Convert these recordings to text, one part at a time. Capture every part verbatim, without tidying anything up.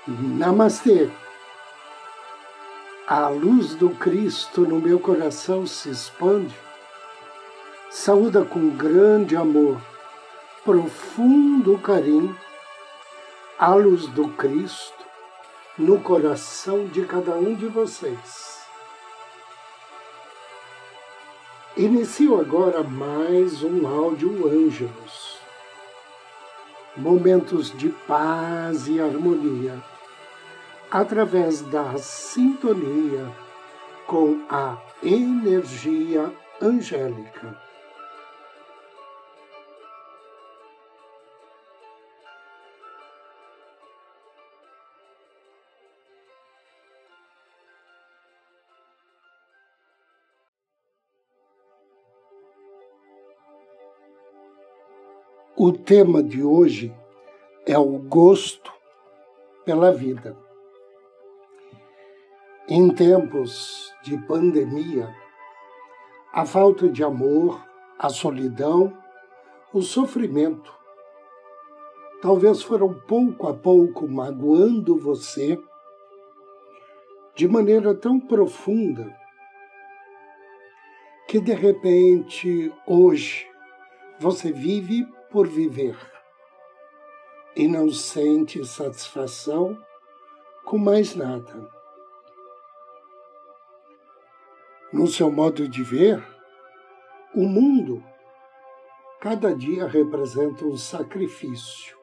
Namastê! A luz do Cristo no meu coração se expande, saúda com grande amor, profundo carinho, a luz do Cristo no coração de cada um de vocês. Inicio agora mais um áudio Ângelos, momentos de paz e harmonia, através da sintonia com a energia angélica. O tema de hoje é o gosto pela vida. Em tempos de pandemia, a falta de amor, a solidão, o sofrimento, talvez foram pouco a pouco magoando você de maneira tão profunda que, de repente, hoje, você vive por viver e não sente satisfação com mais nada. No seu modo de ver, o mundo cada dia representa um sacrifício.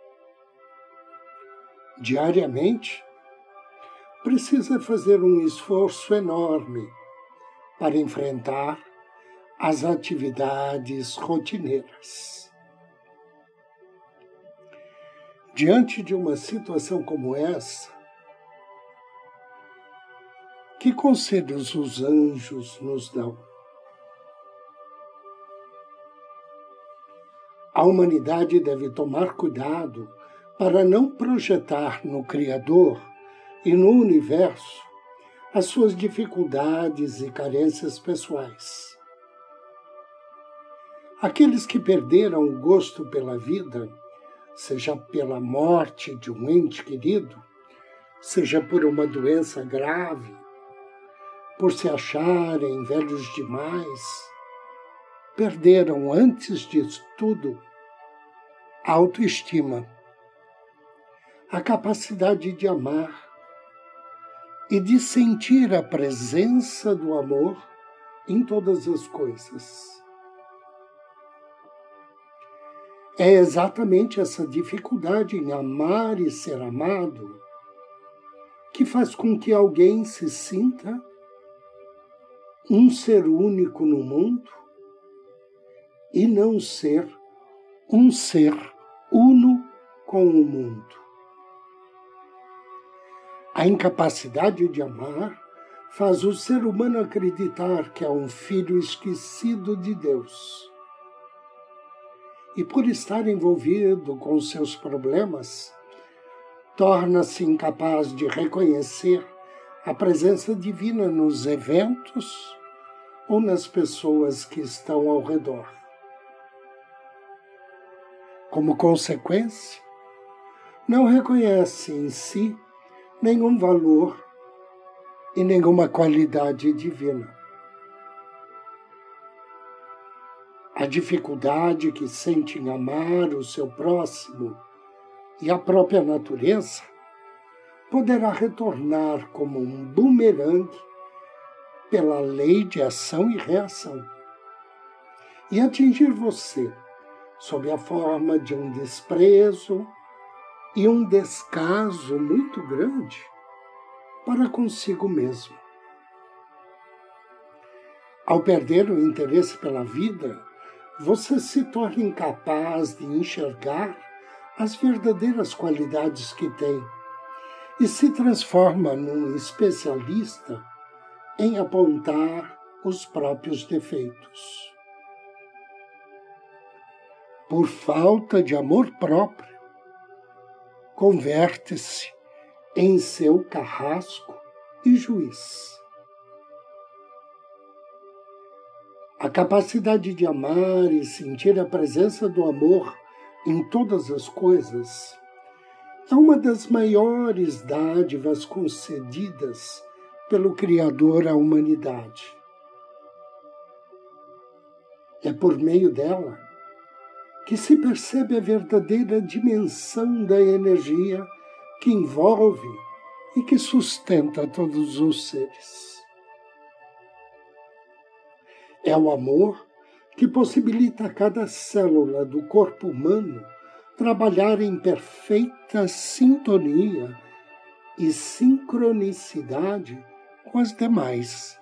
Diariamente, precisa fazer um esforço enorme para enfrentar as atividades rotineiras. Diante de uma situação como essa, que conselhos os anjos nos dão? A humanidade deve tomar cuidado para não projetar no Criador e no universo as suas dificuldades e carências pessoais. Aqueles que perderam o gosto pela vida, seja pela morte de um ente querido, seja por uma doença grave, por se acharem velhos demais, perderam, antes de tudo, a autoestima, a capacidade de amar e de sentir a presença do amor em todas as coisas. É exatamente essa dificuldade em amar e ser amado que faz com que alguém se sinta um ser único no mundo e não ser um ser uno com o mundo. A incapacidade de amar faz o ser humano acreditar que é um filho esquecido de Deus. E por estar envolvido com seus problemas, torna-se incapaz de reconhecer a presença divina nos eventos ou nas pessoas que estão ao redor. Como consequência, não reconhece em si nenhum valor e nenhuma qualidade divina. A dificuldade que sente em amar o seu próximo e a própria natureza poderá retornar como um bumerangue pela lei de ação e reação e atingir você sob a forma de um desprezo e um descaso muito grande para consigo mesmo. Ao perder o interesse pela vida, você se torna incapaz de enxergar as verdadeiras qualidades que tem e se transforma num especialista em apontar os próprios defeitos. Por falta de amor próprio, converte-se em seu carrasco e juiz. A capacidade de amar e sentir a presença do amor em todas as coisas é uma das maiores dádivas concedidas pelo Criador à humanidade. É por meio dela que se percebe a verdadeira dimensão da energia que envolve e que sustenta todos os seres. É o amor que possibilita a cada célula do corpo humano trabalhar em perfeita sintonia e sincronicidade com as demais.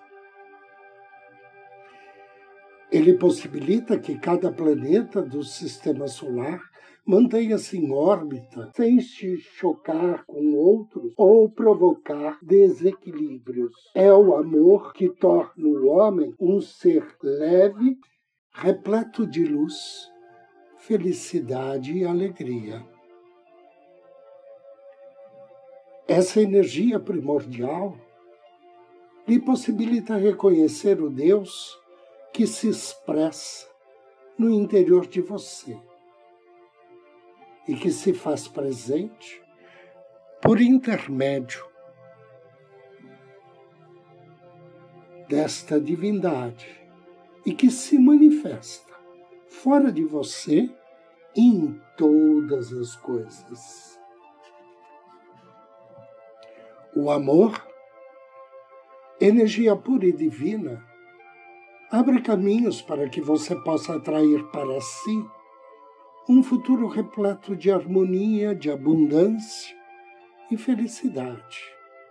Ele possibilita que cada planeta do sistema solar mantenha-se em órbita sem se chocar com outros ou provocar desequilíbrios. É o amor que torna o homem um ser leve, repleto de luz, felicidade e alegria. Essa energia primordial lhe possibilita reconhecer o Deus que se expressa no interior de você e que se faz presente por intermédio desta divindade e que se manifesta fora de você e em todas as coisas. O amor, energia pura e divina, abre caminhos para que você possa atrair para si um futuro repleto de harmonia, de abundância e felicidade.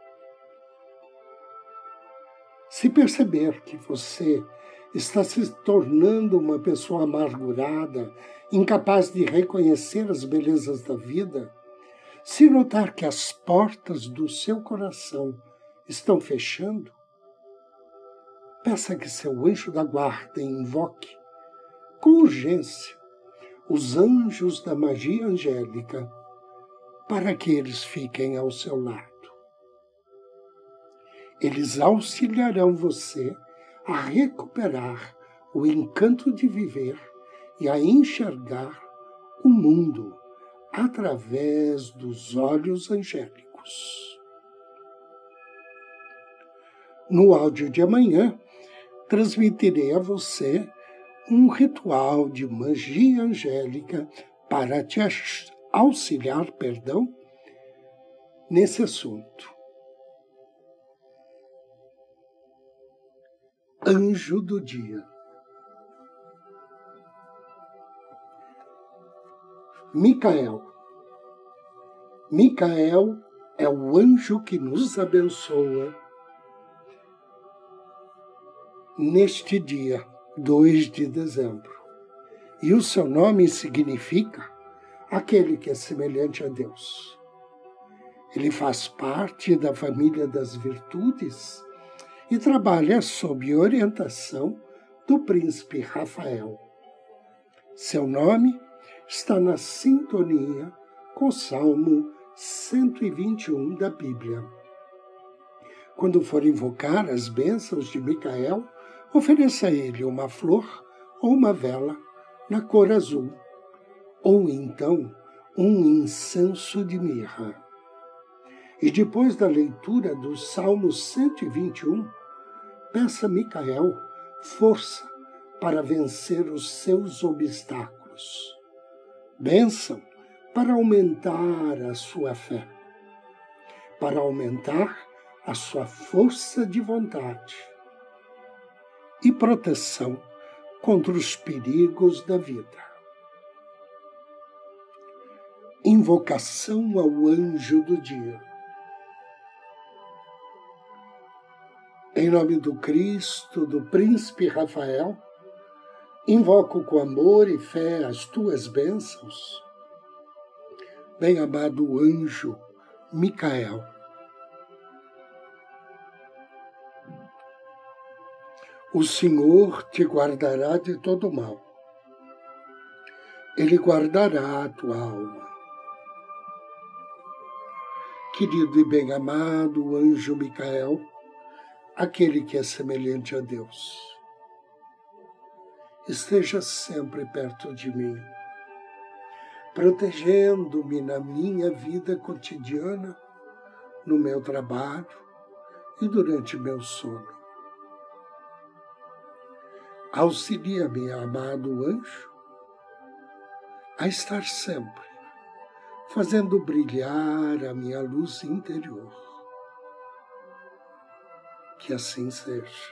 Se perceber que você está se tornando uma pessoa amargurada, incapaz de reconhecer as belezas da vida, se notar que as portas do seu coração estão fechando, peça que seu anjo da guarda invoque, com urgência, os anjos da magia angélica, para que eles fiquem ao seu lado. Eles auxiliarão você a recuperar o encanto de viver e a enxergar o mundo através dos olhos angélicos. No áudio de amanhã, transmitirei a você um ritual de magia angélica para te auxiliar, perdão, nesse assunto. Anjo do dia. Micael. Micael é o anjo que nos abençoa neste dia, dois de dezembro. E o seu nome significa aquele que é semelhante a Deus. Ele faz parte da família das virtudes e trabalha sob orientação do príncipe Rafael. Seu nome está na sintonia com o Salmo cento e vinte e um da Bíblia. Quando for invocar as bênçãos de Micael, ofereça a ele uma flor ou uma vela na cor azul, ou então um incenso de mirra. E depois da leitura do Salmo cento e vinte e um, peça a Micael força para vencer os seus obstáculos. Bênção para aumentar a sua fé, para aumentar a sua força de vontade e proteção contra os perigos da vida. Invocação ao anjo do dia. Em nome do Cristo, do príncipe Rafael, invoco com amor e fé as tuas bênçãos, bem-amado anjo Micael. O Senhor te guardará de todo mal. Ele guardará a tua alma. Querido e bem-amado anjo Micael, aquele que é semelhante a Deus, esteja sempre perto de mim, protegendo-me na minha vida cotidiana, no meu trabalho e durante meu sono. Auxilia-me, amado anjo, a estar sempre fazendo brilhar a minha luz interior. Que assim seja.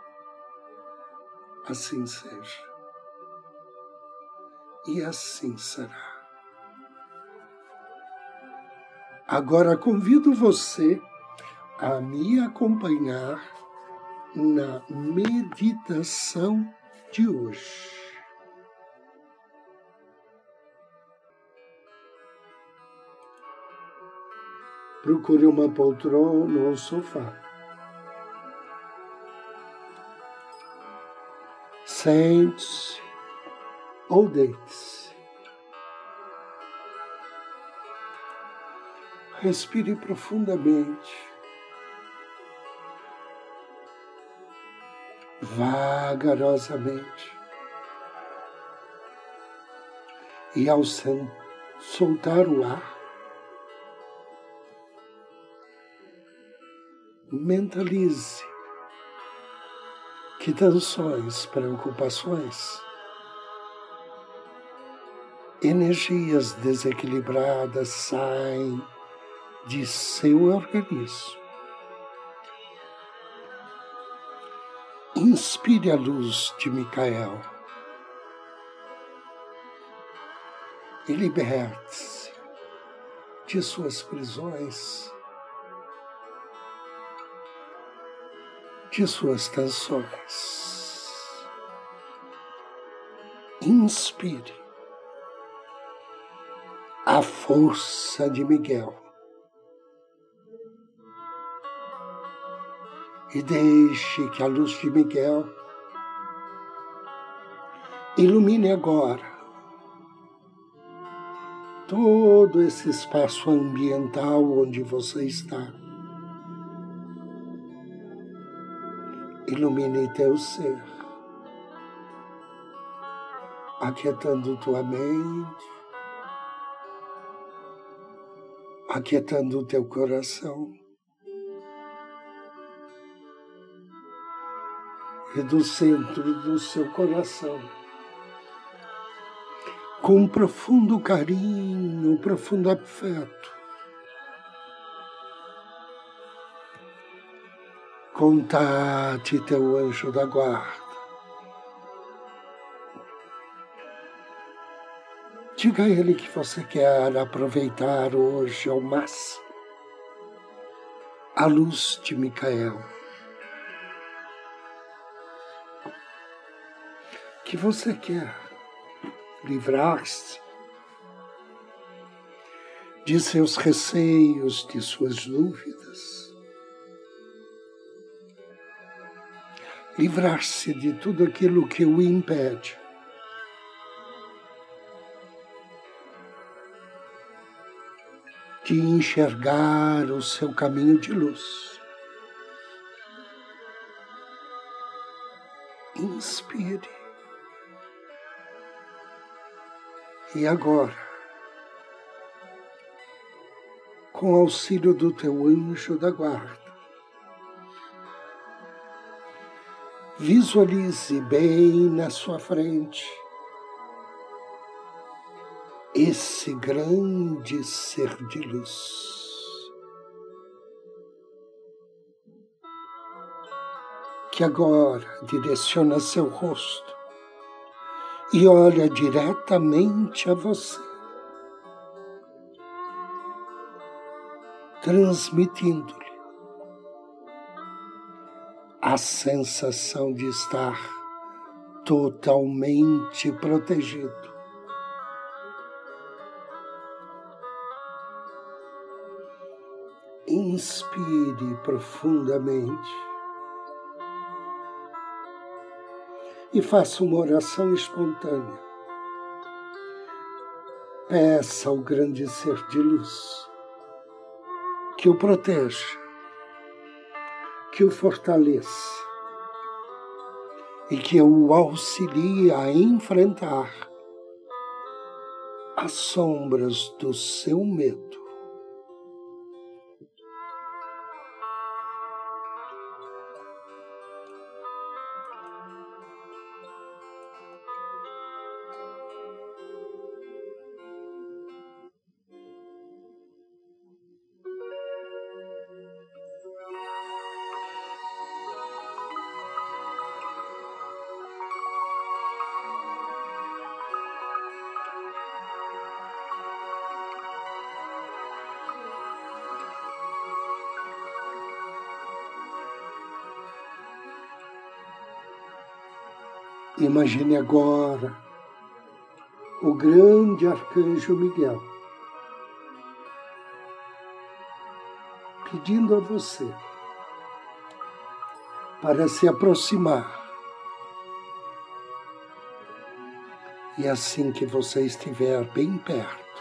Assim seja. E assim será. Agora convido você a me acompanhar na meditação de hoje. Procure uma poltrona ou um sofá. Sente-se ou deite-se. Respire profundamente. Vagarosamente. E ao soltar o ar, mentalize que tensões, preocupações, energias desequilibradas saem de seu organismo. Inspire a luz de Micael e liberte-se de suas prisões, de suas tensões. Inspire a força de Miguel e deixe que a luz de Miguel ilumine agora todo esse espaço ambiental onde você está. Ilumine teu ser, aquietando tua mente, aquietando o teu coração. E do centro do seu coração, com um profundo carinho, um profundo afeto, contate teu anjo da guarda. Diga a ele que você quer aproveitar hoje ao máximo a luz de Micael. Que você quer livrar-se de seus receios, de suas dúvidas, livrar-se de tudo aquilo que o impede de enxergar o seu caminho de luz. Inspire. E agora, com o auxílio do teu anjo da guarda, visualize bem na sua frente esse grande ser de luz, que agora direciona seu rosto e olha diretamente a você, transmitindo-lhe a sensação de estar totalmente protegido. Inspire profundamente e faça uma oração espontânea. Peça ao grande ser de luz que o proteja, que o fortaleça e que o auxilie a enfrentar as sombras do seu medo. Imagine agora o grande arcanjo Miguel pedindo a você para se aproximar. E assim que você estiver bem perto,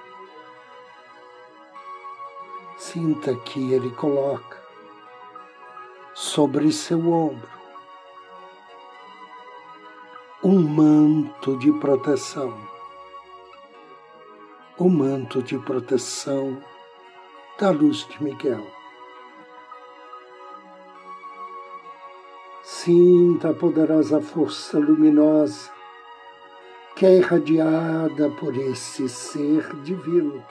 sinta que ele coloca sobre seu ombro um manto de proteção, o manto de proteção da luz de Miguel. Sinta a poderosa força luminosa que é irradiada por esse ser divino.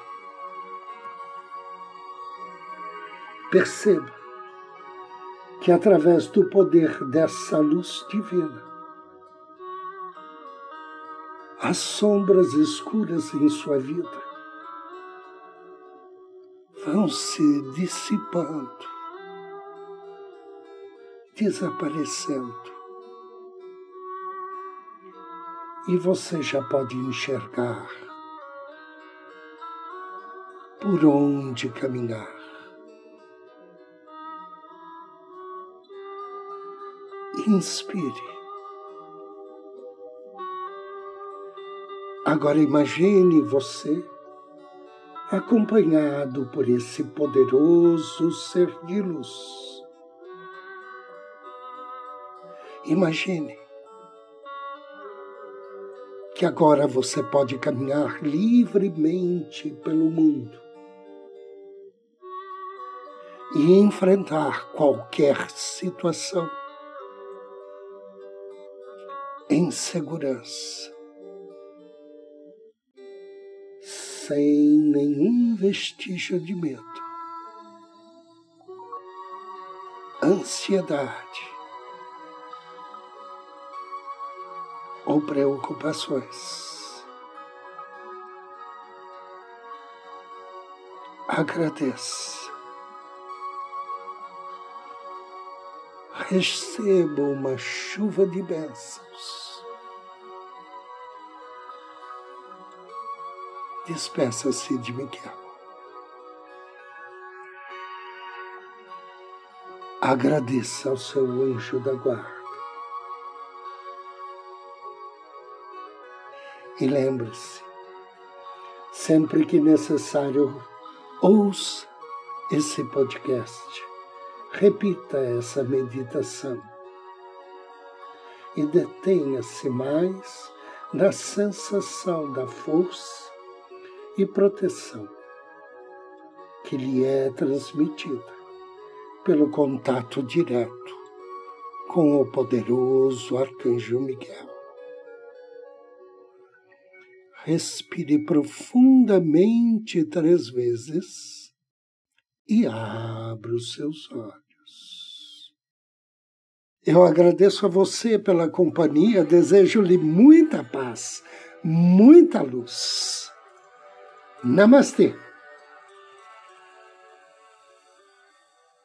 Perceba que através do poder dessa luz divina, as sombras escuras em sua vida vão se dissipando, desaparecendo. E você já pode enxergar por onde caminhar. Inspire. Agora imagine você acompanhado por esse poderoso ser de luz. Imagine que agora você pode caminhar livremente pelo mundo e enfrentar qualquer situação em segurança, sem nenhum vestígio de medo, ansiedade ou preocupações. Agradeça. Receba uma chuva de bênçãos. Despeça-se de Miguel. Agradeça ao seu anjo da guarda. E lembre-se, sempre que necessário, ouça esse podcast, repita essa meditação e detenha-se mais na sensação da força e proteção que lhe é transmitida pelo contato direto com o poderoso Arcanjo Miguel. Respire profundamente três vezes e abra os seus olhos. Eu agradeço a você pela companhia, desejo-lhe muita paz, muita luz. Namastê!